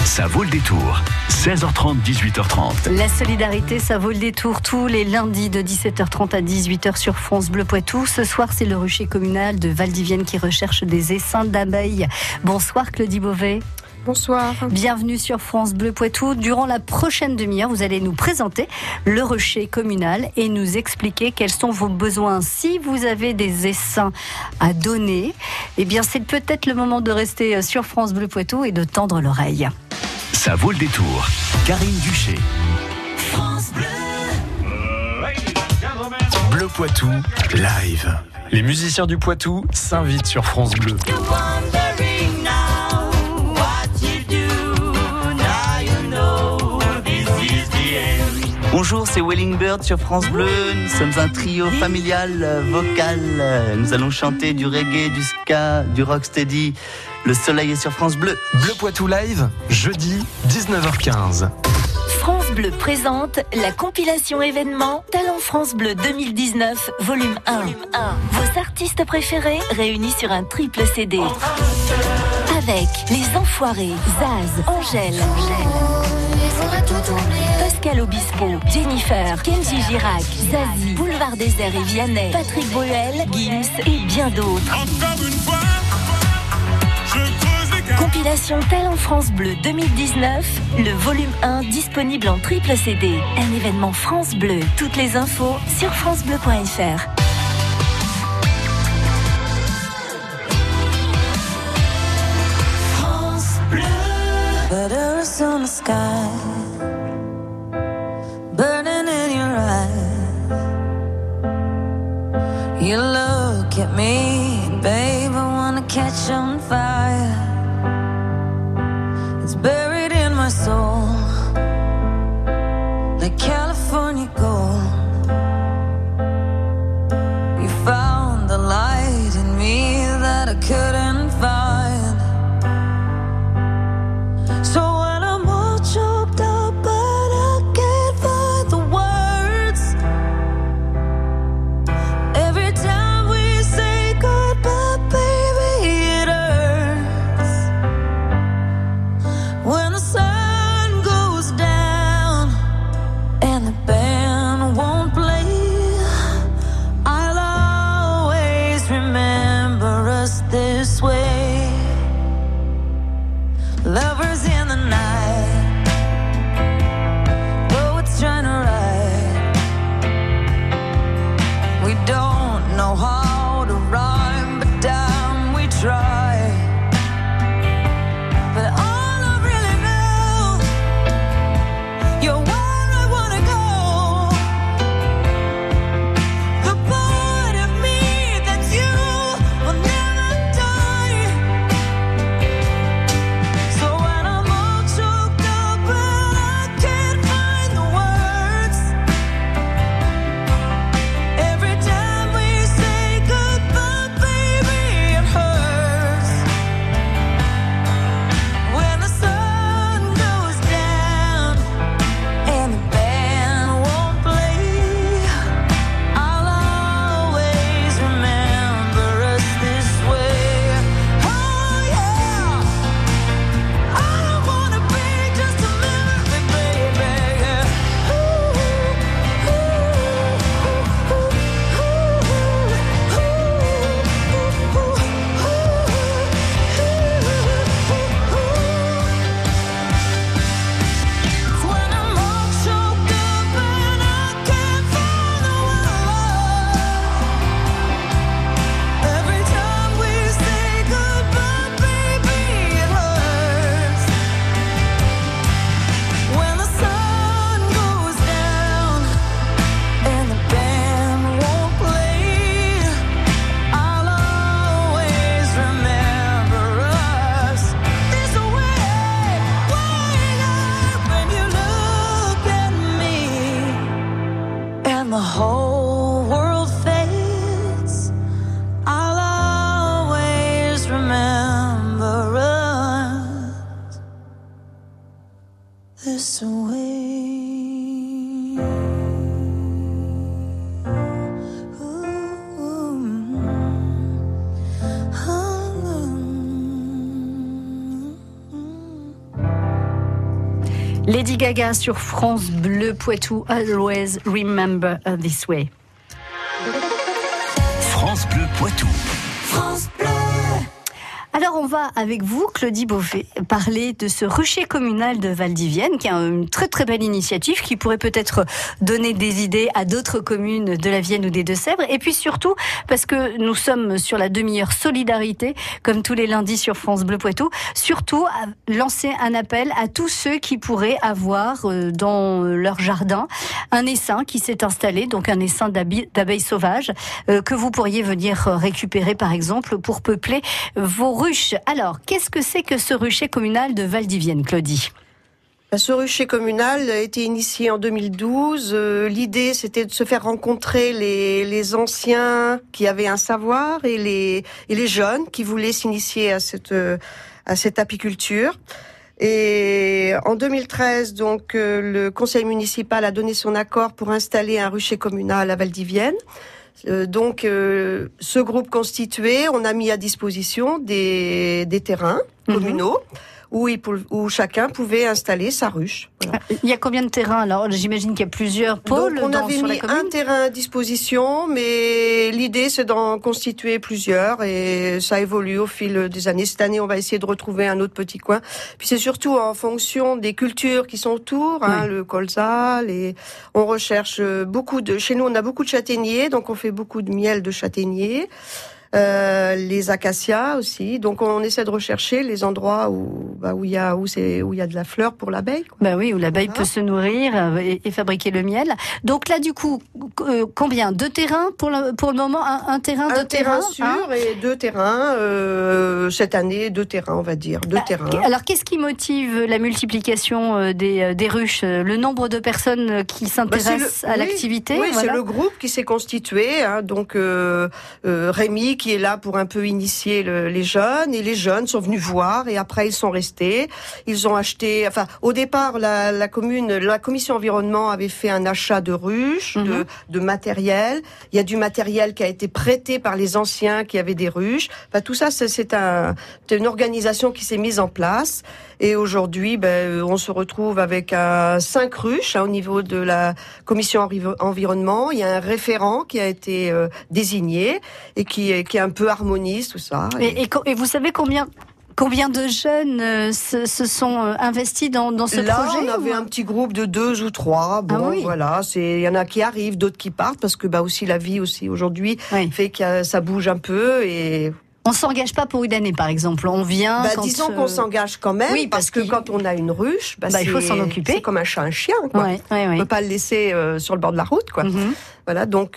Ça vaut le détour. 16h30, 18h30. La solidarité, ça vaut le détour tous les lundis de 17h30 à 18h sur France Bleu Poitou. Ce soir, c'est le rucher communal de Valdivienne qui recherche des essaims d'abeilles. Bonsoir Claudie Beauvais. Bonsoir. Bienvenue sur France Bleu Poitou. Durant la prochaine demi-heure, vous allez nous présenter le rucher communal et nous expliquer quels sont vos besoins. Si vous avez des essaims à donner, eh bien c'est peut-être le moment de rester sur France Bleu Poitou et de tendre l'oreille. Ça vaut le détour. Karine Duché. France Bleu. Bleu Poitou, live. Les musiciens du Poitou s'invitent sur France Bleu. Bonjour, c'est Welling Bird sur France Bleu. Nous sommes un trio familial, vocal. Nous allons chanter du reggae, du ska, du rocksteady. Le soleil est sur France Bleu. Bleu Poitou live, jeudi 19h15. France Bleu présente la compilation événement Talent France Bleu 2019, volume 1. Vos artistes préférés réunis sur un triple CD. Avec Les Enfoirés, Zaz, Angèle, Pascal Obispo, Jennifer, Kenji Girac, Zazie, Boulevard Désert et Vianney, Patrick Bruel, Gims et bien d'autres. Compilation Talent France Bleu 2019, le volume 1 disponible en triple CD. Un événement France Bleu. Toutes les infos sur francebleu.fr. France Bleu. Letters on the sky, burning in your eyes. You look at me, babe, I wanna catch on fire. It's buried in my soul, like California gold. You found the light in me that I couldn't find. So when I'm all choked up, but I can't find the words. Every time we say goodbye, baby, it hurts. When the sun goes down and the band won't play, I'll always remember us this way. Lovers in the night, though it's trying to ride. We don't know how to rhyme, but damn, we try. But all I really know, you're where I wanna go. The part of me that's you will never die. So when I'm all choked up and I can't find the words, every time we say goodbye, baby, it hurts. When the sun goes down and the band won't play, I'll always remember us this way. Oh yeah, I don't wanna be just a memory, baby. When I'm all choked up and I can't find the word, every time we say goodbye, baby, it hurts. When the sun goes down and the band won't play, I'll always remember us this way. When you look at me and the whole world fades, I'll always remember us this way. Ooh. Lady Gaga sur France Bleu Poitou, Always Remember This Way. France Bleu Poitou. Alors on va avec vous, Claudie Beauvais, parler de ce rucher communal de Valdivienne, qui est une très très belle initiative qui pourrait peut-être donner des idées à d'autres communes de la Vienne ou des Deux-Sèvres. Et puis surtout, parce que nous sommes sur la demi-heure solidarité, comme tous les lundis sur France Bleu Poitou, surtout à lancer un appel à tous ceux qui pourraient avoir dans leur jardin un essaim qui s'est installé, donc un essaim d'abeilles sauvages, que vous pourriez venir récupérer par exemple pour peupler vos ruches. Alors, qu'est-ce que c'est que ce rucher communal de Valdivienne, Claudie ? Ce rucher communal a été initié en 2012. L'idée, c'était de se faire rencontrer les anciens qui avaient un savoir et les jeunes qui voulaient s'initier à cette apiculture. Et en 2013, donc, le conseil municipal a donné son accord pour installer un rucher communal à Valdivienne. Donc, ce groupe constitué, on a mis à disposition des terrains communaux où chacun pouvait installer sa ruche. Voilà. Il y a combien de terrains alors ? J'imagine qu'il y a plusieurs pôles Donc, on avait sur la mis commune. un terrain à disposition, mais l'idée c'est d'en constituer plusieurs et ça évolue au fil des années. Cette année, on va essayer de retrouver un autre petit coin. Puis c'est surtout en fonction des cultures qui sont autour, le colza, on recherche chez nous on a beaucoup de châtaigniers, donc on fait beaucoup de miel de châtaignier. Les acacias aussi, donc on essaie de rechercher les endroits où il y a de la fleur pour l'abeille, quoi. Bah oui, où l'abeille peut se nourrir et fabriquer le miel. Donc là, du coup, combien ? 2 terrains pour le moment, un terrain, 2 terrains sûr et 2 terrains. Cette année, 2 terrains, on va dire, 2 terrains. Alors, qu'est-ce qui motive la multiplication des ruches ? Le nombre de personnes qui s'intéressent à l'activité ? Oui, voilà. C'est le groupe qui s'est constitué. Donc Rémi qui est là pour un peu initier les jeunes, et les jeunes sont venus voir et après ils sont restés. Ils ont acheté, au départ la commission environnement avait fait un achat de ruches, de matériel. Il y a du matériel qui a été prêté par les anciens qui avaient des ruches. Tout ça c'est une organisation qui s'est mise en place. Et aujourd'hui, on se retrouve avec 5 ruches au niveau de la commission environnement. Il y a un référent qui a été désigné et qui un peu harmonise tout ça. Et vous savez combien de jeunes se sont investis dans ce projet ? Là, on avait un petit groupe de 2 ou 3. Voilà, il y en a qui arrivent, d'autres qui partent parce que aussi la vie aussi aujourd'hui fait que ça bouge un peu et. On s'engage pas pour une année, par exemple. On vient. Disons qu'on s'engage quand même, parce que quand on a une ruche, il faut s'en occuper. C'est comme un chat, un chien, quoi. On peut pas le laisser sur le bord de la route, quoi. Voilà, donc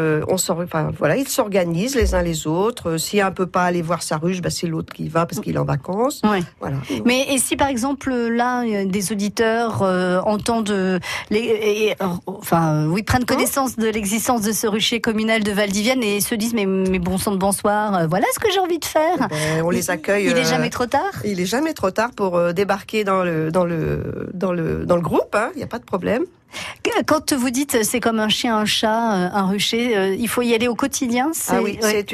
ils s'organisent les uns les autres. Si un peut pas aller voir sa ruche, c'est l'autre qui va parce qu'il est en vacances. Voilà. Mais et si par exemple là des auditeurs entendent prennent connaissance de l'existence de ce rucher communal de Valdivienne et se disent mais bon sang de bonsoir, voilà ce que j'ai envie de faire. On les accueille. Il est jamais trop tard. Il est jamais trop tard pour débarquer dans le groupe. Il y a pas de problème. Quand vous dites c'est comme un chien, un chat, un rucher, il faut y aller au quotidien. C'est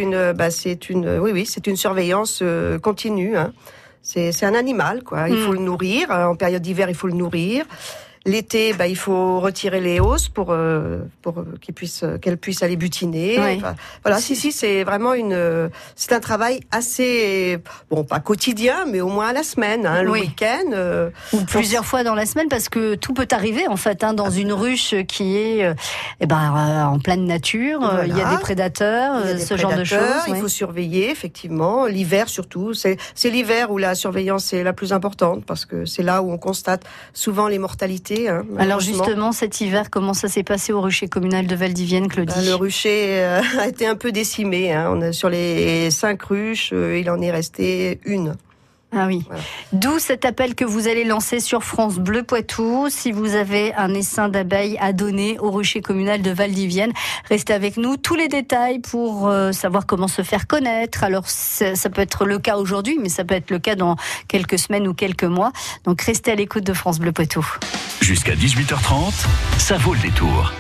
une surveillance continue. C'est un animal, quoi. Il faut le nourrir. En période d'hiver, il faut le nourrir. L'été, il faut retirer les hausses pour qu'elle puisse aller butiner. Voilà, c'est vraiment c'est un travail assez, pas quotidien, mais au moins à la semaine, le week-end. Ou plusieurs fois dans la semaine, parce que tout peut arriver, en fait, dans une ruche qui est, en pleine nature. Voilà. Il y a des prédateurs, genre de choses. Il faut surveiller, effectivement. L'hiver, surtout. C'est l'hiver où la surveillance est la plus importante, parce que c'est là où on constate souvent les mortalités. Alors justement, cet hiver, comment ça s'est passé au rucher communal de Valdivienne, Claudie ? Le rucher a été un peu décimé. Sur les 5 ruches, il en est resté 1. Ah oui. Voilà. D'où cet appel que vous allez lancer sur France Bleu Poitou. Si vous avez un essaim d'abeilles à donner au rucher communal de Valdivienne, restez avec nous. Tous les détails pour savoir comment se faire connaître. Alors, ça peut être le cas aujourd'hui, mais ça peut être le cas dans quelques semaines ou quelques mois. Donc, restez à l'écoute de France Bleu Poitou. Jusqu'à 18h30, ça vaut le détour.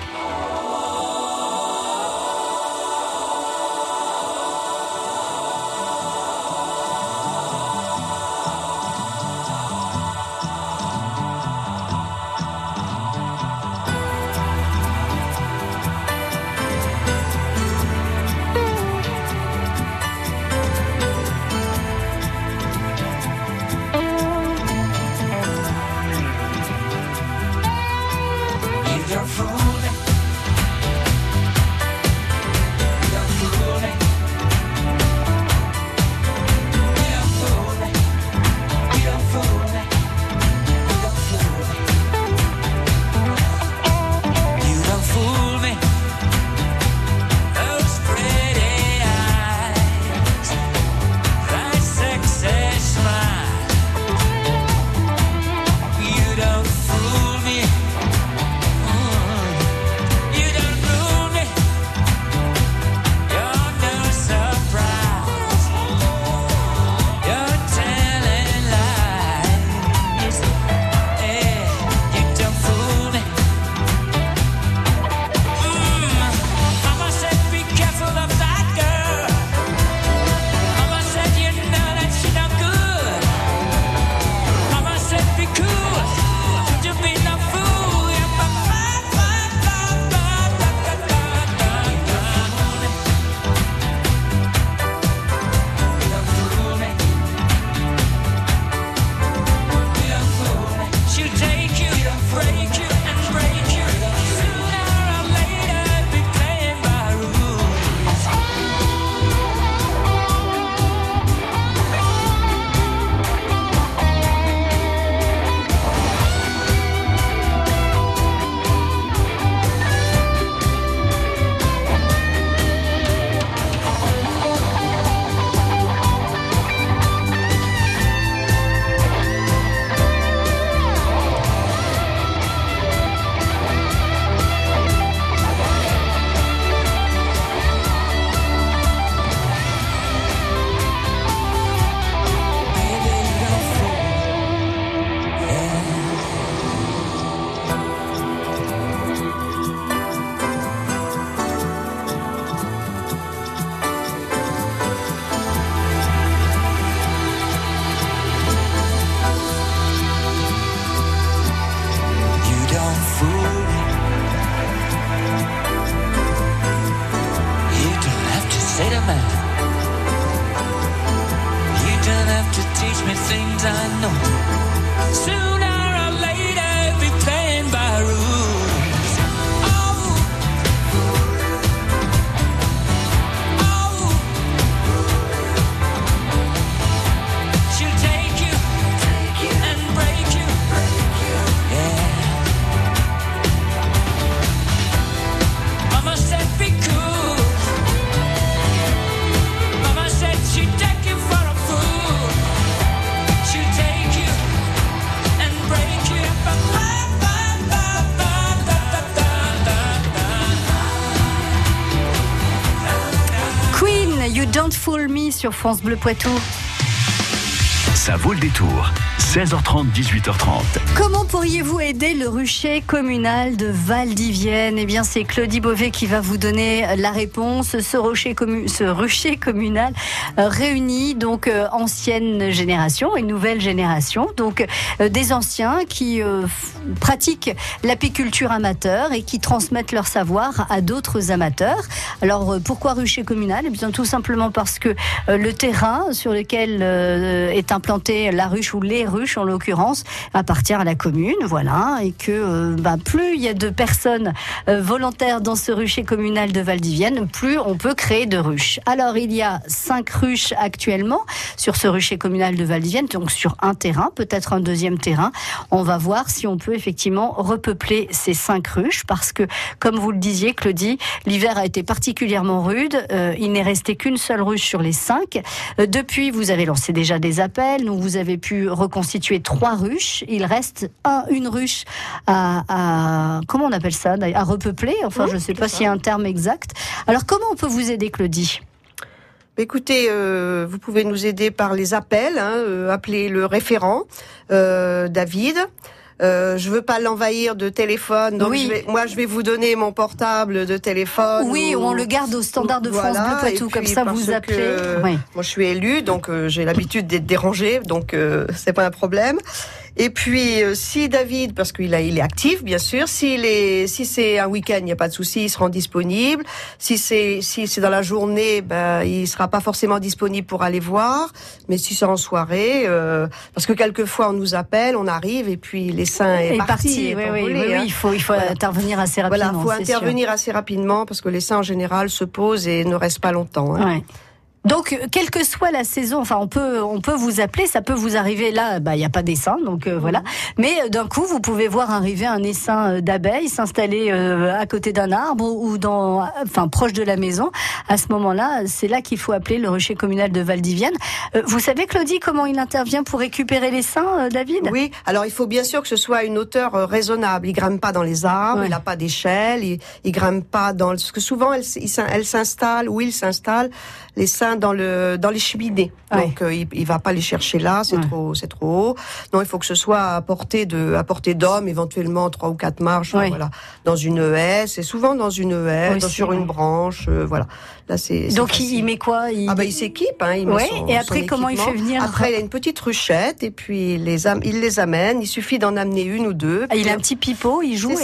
Don't Fool Me sur France Bleu Poitou. Ça vaut le détour. 16h30, 18h30. Comment pourriez-vous aider le rucher communal de Val-d'Ivienne ? Eh bien, c'est Claudie Beauvais qui va vous donner la réponse. Ce rucher communal réunit donc ancienne génération et nouvelle génération. Donc, des anciens qui pratiquent l'apiculture amateur et qui transmettent leur savoir à d'autres amateurs. Alors, pourquoi rucher communal ? Eh bien, tout simplement parce que le terrain sur lequel est implantée la ruche ou les ruches en l'occurrence appartient à la commune, voilà, et que plus il y a de personnes volontaires dans ce rucher communal de Val-d'Ivienne, plus on peut créer de ruches. Alors il y a 5 ruches actuellement sur ce rucher communal de Val-d'Ivienne, donc sur un terrain, peut-être un deuxième terrain. On va voir si on peut effectivement repeupler ces 5 ruches, parce que comme vous le disiez Claudie, l'hiver a été particulièrement rude, il n'est resté qu'une seule ruche sur les 5. Depuis, vous avez lancé déjà des appels, donc vous avez pu reconstituer 3 ruches. Il reste une ruche à comment on appelle ça, à repeupler. Enfin, je ne sais pas s'il y a un terme exact. Alors, comment on peut vous aider, Claudie ? Écoutez, vous pouvez nous aider par les appels. Appelez le référent, David. Je veux pas l'envahir de téléphone, donc je vais vous donner mon portable de téléphone. Oui, on le garde au standard de France Bleu Poitou, comme ça vous appelez. Moi, je suis élue, donc j'ai l'habitude d'être dérangée, donc c'est pas un problème. Et puis, si David, parce qu'il est actif, bien sûr, si c'est un week-end, il n'y a pas de souci, il se rend disponible. Si c'est dans la journée, il sera pas forcément disponible pour aller voir. Mais si c'est en soirée, parce que quelquefois on nous appelle, on arrive et puis l'essaim est parti. Oui, il faut intervenir assez rapidement. Voilà, il faut intervenir assez rapidement parce que l'essaim en général se pose et ne reste pas longtemps. Ouais. Donc, quelle que soit la saison, enfin, on peut vous appeler, ça peut vous arriver là, il n'y a pas d'essaim, donc voilà. Mais d'un coup, vous pouvez voir arriver un essaim d'abeilles s'installer à côté d'un arbre ou proche de la maison. À ce moment-là, c'est là qu'il faut appeler le rucher communal de Val-d'Ivienne. Vous savez, Claudie, comment il intervient pour récupérer l'essaim, David ? Oui, alors il faut bien sûr que ce soit à une hauteur raisonnable. Il grimpe pas dans les arbres, il n'a pas d'échelle, il grimpe pas dans... Parce que souvent, elle s'installe, ou il s'installe, l'essaim dans les cheminées. Donc il va pas les chercher là, c'est trop haut. Non, il faut que ce soit à portée d'homme, éventuellement 3 ou 4 marches, voilà, dans une haie, c'est souvent dans une haie, sur une branche, voilà. Là c'est donc facile. il met quoi ? Il s'équipe, il met et après comment il fait venir ? Après il a une petite ruchette et puis il les amène, il suffit d'en amener une ou deux. Il a un petit pipeau, il joue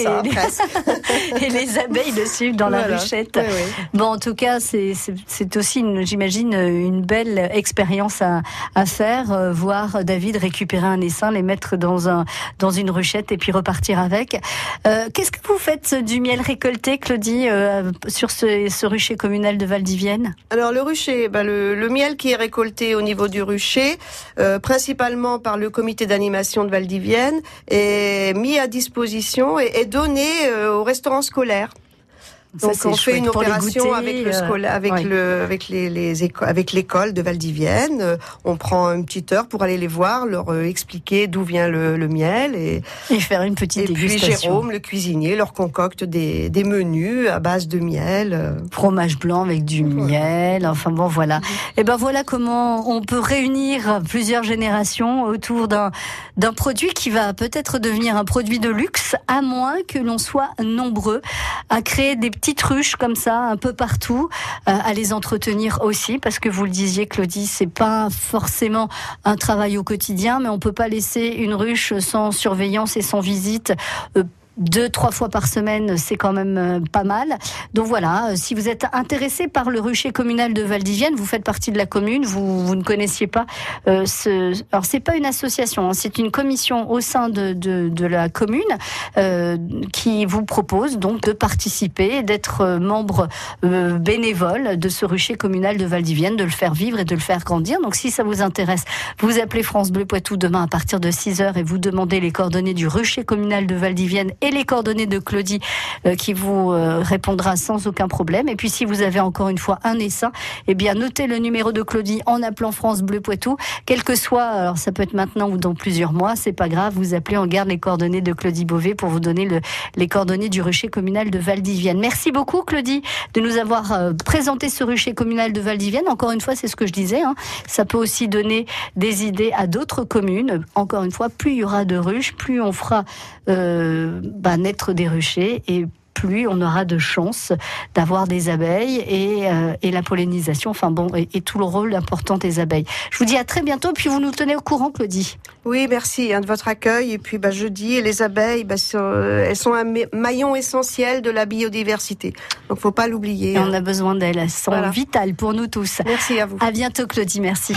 et les abeilles le suivent dans la ruchette. Bon, en tout cas, c'est aussi j'imagine une belle expérience à faire, voir David récupérer un essaim, les mettre dans une ruchette et puis repartir avec. Qu'est-ce que vous faites du miel récolté, Claudie, sur ce rucher communal de Val-d'Ivienne ? Alors le rucher, le miel qui est récolté au niveau du rucher, principalement par le comité d'animation de Val-d'Ivienne, est mis à disposition et est donné aux restaurants scolaires. Donc on fait une opération avec l'école de Val-d'Ivienne. On prend une petite heure pour aller les voir, leur expliquer d'où vient le miel et faire une petite dégustation. Et puis Jérôme, le cuisinier, leur concocte des menus à base de miel. Fromage blanc avec du miel. Enfin bon, voilà. Et voilà comment on peut réunir plusieurs générations autour d'un produit qui va peut-être devenir un produit de luxe, à moins que l'on soit nombreux à créer des petites ruches comme ça un peu partout, à les entretenir aussi, parce que vous le disiez, Claudie, c'est pas forcément un travail au quotidien, mais on peut pas laisser une ruche sans surveillance et sans visite 2-3 fois par semaine, c'est quand même pas mal. Donc voilà, si vous êtes intéressé par le rucher communal de Val-d'Ivienne, vous faites partie de la commune, vous ne connaissiez pas alors c'est pas une association, c'est une commission au sein de la commune qui vous propose donc de participer, d'être membre bénévole de ce rucher communal de Val-d'Ivienne, de le faire vivre et de le faire grandir. Donc si ça vous intéresse, vous appelez France Bleu Poitou demain à partir de 6h et vous demandez les coordonnées du rucher communal de Val-d'Ivienne et les coordonnées de Claudie qui vous répondra sans aucun problème. Et puis si vous avez encore une fois un essaim, eh bien notez le numéro de Claudie en appelant France Bleu Poitou. Quel que soit, alors ça peut être maintenant ou dans plusieurs mois, c'est pas grave, vous appelez, on garde les coordonnées de Claudie Beauvais pour vous donner les coordonnées du rucher communal de Valdivienne. Merci beaucoup Claudie de nous avoir présenté ce rucher communal de Valdivienne. Encore une fois, c'est ce que je disais, ça peut aussi donner des idées à d'autres communes. Encore une fois, plus il y aura de ruches, plus on fera naître des ruchers et plus on aura de chances d'avoir des abeilles et la pollinisation, et tout le rôle important des abeilles. Je vous dis à très bientôt, puis vous nous tenez au courant, Claudie. Oui, merci de votre accueil. Et puis jeudi, les abeilles, elles sont un maillon essentiel de la biodiversité. Donc faut pas l'oublier. Et on a besoin d'elles, elles sont vitales pour nous tous. Merci à vous. À bientôt Claudie, merci.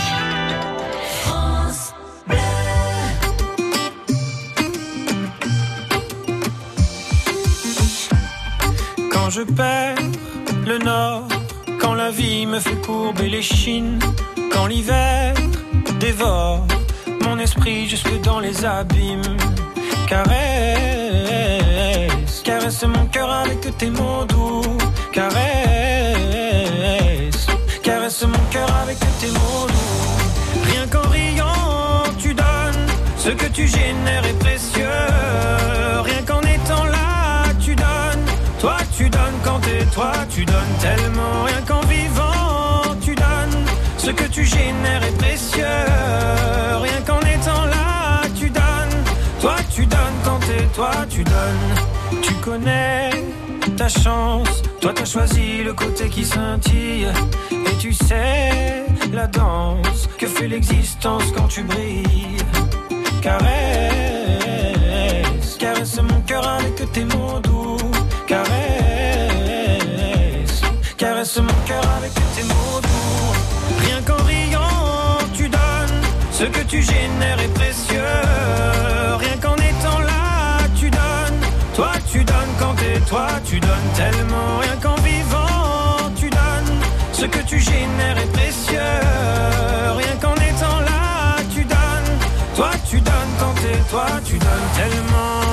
Quand je perds le nord, quand la vie me fait courber les chines, quand l'hiver dévore mon esprit jusque dans les abîmes, caresse, caresse mon cœur avec tes mots doux, caresse, caresse mon cœur avec tes mots doux. Rien qu'en riant tu donnes, ce que tu génères est précieux. Rien qu'en étant là tu donnes, toi tu donnes quand t'es toi, tu donnes tellement. Rien qu'en vivant tu donnes, ce que tu génères est précieux. Rien qu'en étant là tu donnes, toi tu donnes quand t'es toi, tu donnes. Tu connais ta chance, toi t'as choisi le côté qui scintille. Et tu sais la danse que fait l'existence quand tu brilles. Caresse, caresse mon cœur avec tes mots doux. Caresse, caresse mon cœur avec tes mots doux. Rien qu'en riant tu donnes, ce que tu génères est précieux. Rien qu'en étant là tu donnes, toi tu donnes quand t'es toi, tu donnes tellement. Rien qu'en vivant tu donnes, ce que tu génères est précieux. Rien qu'en étant là tu donnes, toi tu donnes quand t'es toi, tu donnes tellement.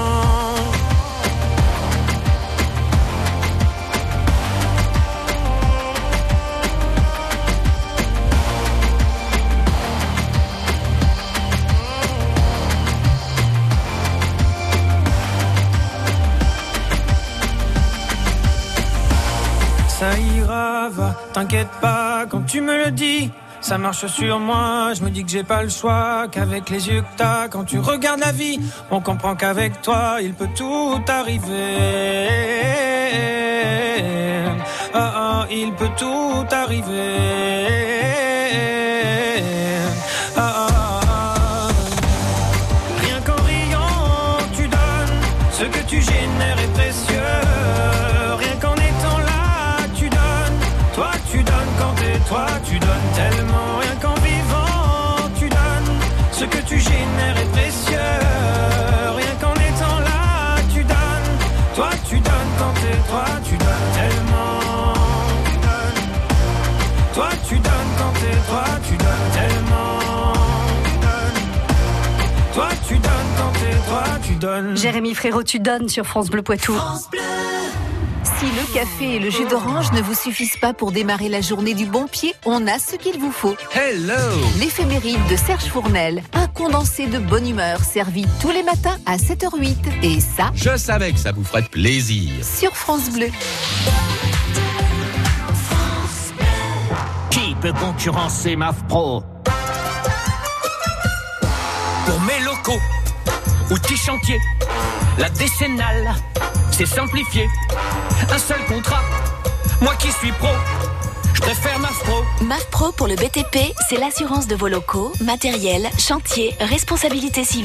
Ça ira, va, t'inquiète pas quand tu me le dis. Ça marche sur moi, je me dis que j'ai pas le choix, qu'avec les yeux que t'as, quand tu regardes la vie, on comprend qu'avec toi, il peut tout arriver. Il peut tout arriver. Rien qu'en riant, tu donnes, ce que tu génères est précieux. Rien qu'en étant là, tu donnes, toi tu donnes quand t'es toi, tu donnes tellement. Rien qu'en vivant, tu donnes, ce que tu génères est précieux. Rien qu'en étant là, tu donnes, toi tu donnes quand t'es toi, tu donnes tellement. Tu donnes, toi tu donnes quand t'es toi, tu donnes tellement. Tu donnes, toi tu donnes quand t'es toi, tu donnes. Jérémy Frérot, tu donnes sur France Bleu Poitou. France Bleu. Si le café et le jus d'orange ne vous suffisent pas pour démarrer la journée du bon pied, on a ce qu'il vous faut. Hello! L'éphéméride de Serge Fournel, un condensé de bonne humeur servi tous les matins à 7h08. Et ça, je savais que ça vous ferait plaisir. sur France Bleu. Qui peut concurrencer MAF Pro? Pour mes locaux, outils chantier, la décennale, c'est simplifié. Un seul contrat, moi qui suis pro, je préfère MAF Pro. MAF Pro pour le BTP, c'est l'assurance de vos locaux, matériel, chantier, responsabilité civile.